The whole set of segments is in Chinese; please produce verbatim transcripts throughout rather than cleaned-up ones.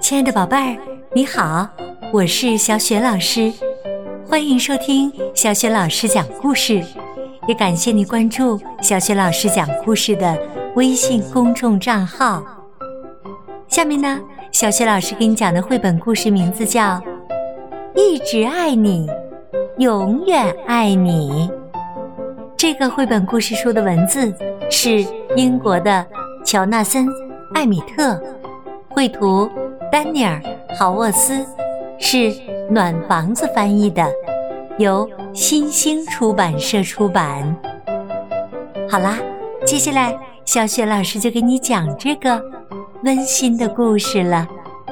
亲爱的宝贝儿，你好，我是小雪老师，欢迎收听小雪老师讲故事，也感谢你关注小雪老师讲故事的微信公众账号。下面呢，小雪老师给你讲的绘本故事名字叫《一直爱你，永远爱你》。这个绘本故事书的文字是英国的乔纳森·艾米特，绘图丹尼尔·豪沃斯，是暖房子翻译的，由新星出版社出版。好啦，接下来小雪老师就给你讲这个温馨的故事了。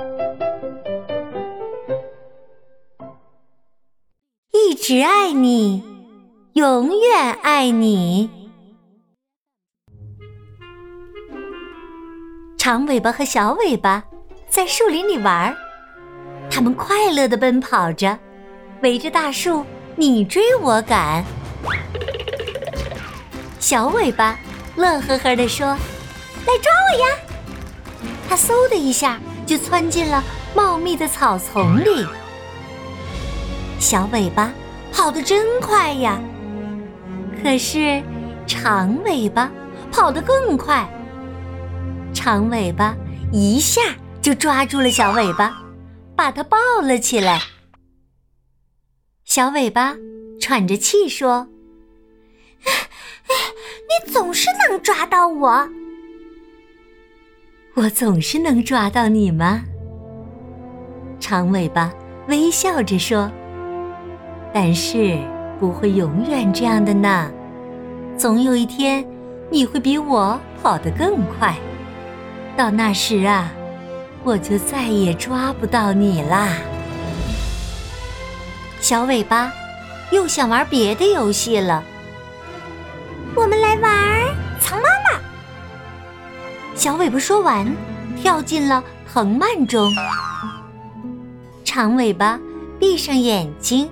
一直爱你，永远爱你。长尾巴和小尾巴在树林里玩，他们快乐地奔跑着，围着大树你追我赶。小尾巴乐呵呵地说：“来抓我呀！”它嗖的一下就窜进了茂密的草丛里。小尾巴跑得真快呀，可是长尾巴跑得更快。长尾巴一下就抓住了小尾巴，把它抱了起来。小尾巴喘着气说：“你总是能抓到我。”我总是能抓到你吗？长尾巴微笑着说：“但是不会永远这样的呢，总有一天你会比我跑得更快，到那时啊，我就再也抓不到你啦。”小尾巴又想玩别的游戏了，我们来玩藏妈妈。小尾巴说完，跳进了藤蔓中。长尾巴闭上眼睛，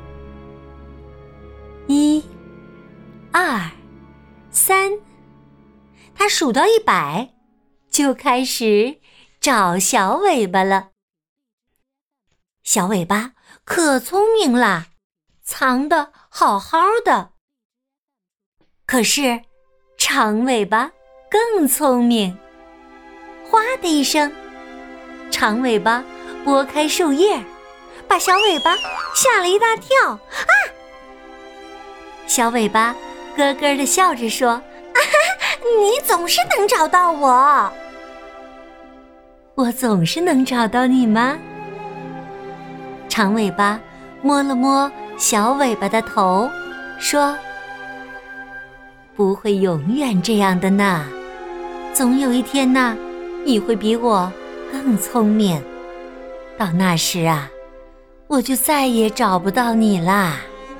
一、二、三，他数到一百，就开始找小尾巴了。小尾巴可聪明啦，藏得好好的。可是长尾巴更聪明，哗的一声，长尾巴拨开树叶，把小尾巴吓了一大跳。啊！小尾巴咯咯地笑着说：“啊哈，你总是能找到我。”我总是能找到你吗？长尾巴摸了摸小尾巴的头，说：“不会永远这样的呢，总有一天呢，你会比我更聪明，到那时啊，我就再也找不到你啦。”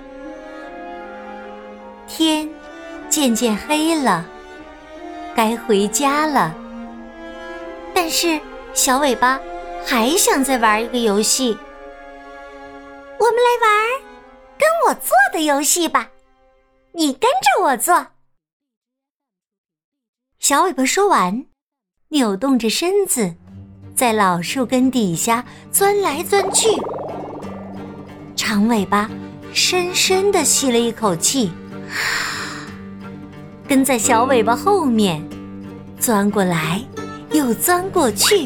天渐渐黑了，该回家了。但是小尾巴还想再玩一个游戏。我们来玩跟我做的游戏吧，你跟着我做。小尾巴说完，扭动着身子，在老树根底下钻来钻去。长尾巴深深地吸了一口气，跟在小尾巴后面，钻过来又钻过去。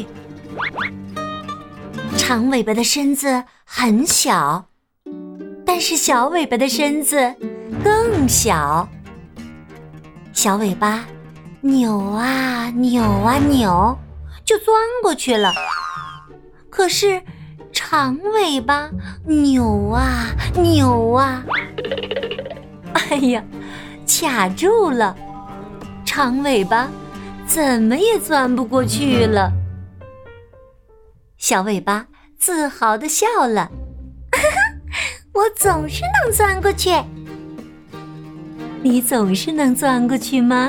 长尾巴的身子很小，但是小尾巴的身子更小。小尾巴扭啊扭啊扭，就钻过去了。可是长尾巴扭啊扭啊，哎呀，卡住了，长尾巴怎么也钻不过去了。小尾巴自豪地笑了：“我总是能钻过去。”你总是能钻过去吗？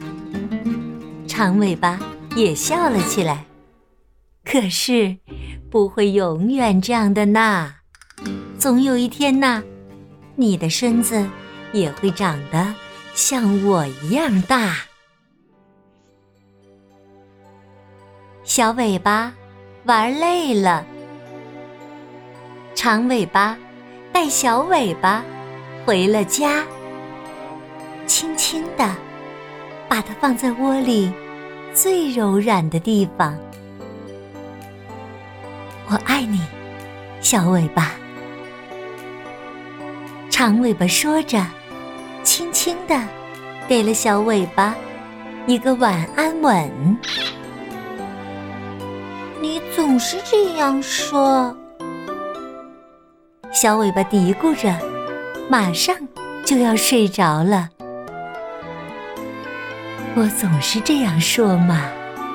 长尾巴也笑了起来。可是不会永远这样的呢，总有一天呢，你的身子也会长得像我一样大。小尾巴玩累了。长尾巴带小尾巴回了家，轻轻地把它放在窝里最柔软的地方。我爱你，小尾巴。长尾巴说着，轻轻地给了小尾巴一个晚安吻。你总是这样说，小尾巴嘀咕着，马上就要睡着了。我总是这样说嘛。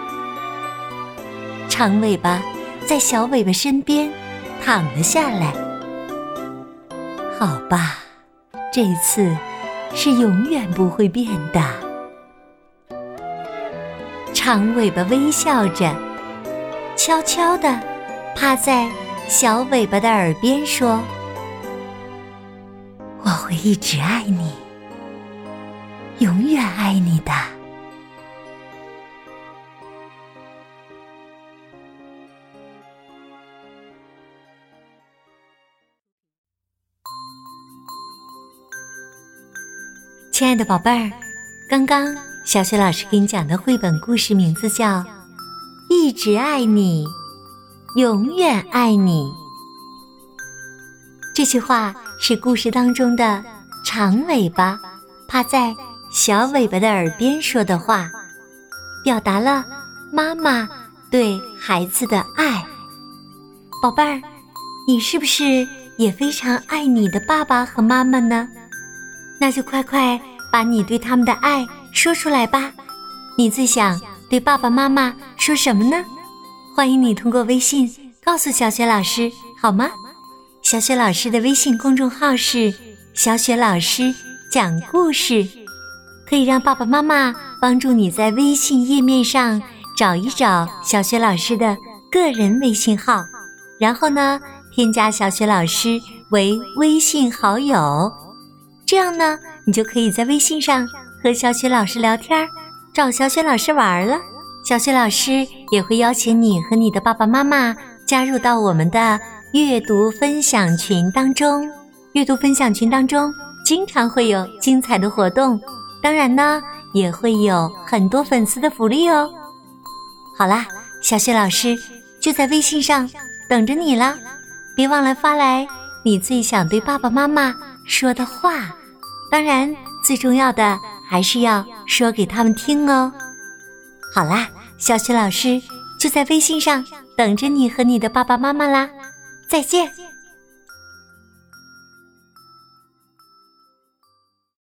长尾巴在小尾巴身边躺了下来。好吧，这次是永远不会变的。长尾巴微笑着，悄悄地趴在小尾巴的耳边说：我会一直爱你，永远爱你的。亲爱的宝贝儿，刚刚小雪老师给你讲的绘本故事名字叫《一直爱你，永远爱你》。这句话是故事当中的长尾巴趴在小尾巴的耳边说的话，表达了妈妈对孩子的爱。宝贝儿，你是不是也非常爱你的爸爸和妈妈呢？那就快快把你对他们的爱说出来吧。你最想对爸爸妈妈说什么呢？欢迎你通过微信告诉小雪老师，好吗？小雪老师的微信公众号是小雪老师讲故事，可以让爸爸妈妈帮助你在微信页面上找一找小雪老师的个人微信号，然后呢，添加小雪老师为微信好友。这样呢，你就可以在微信上和小雪老师聊天，找小雪老师玩了。小雪老师也会邀请你和你的爸爸妈妈加入到我们的阅读分享群当中。阅读分享群当中经常会有精彩的活动，当然呢，也会有很多粉丝的福利哦。好啦，小雪老师就在微信上等着你啦，别忘了发来你最想对爸爸妈妈说的话，当然最重要的还是要说给他们听哦。好啦，小雪老师就在微信上等着你和你的爸爸妈妈啦，再见。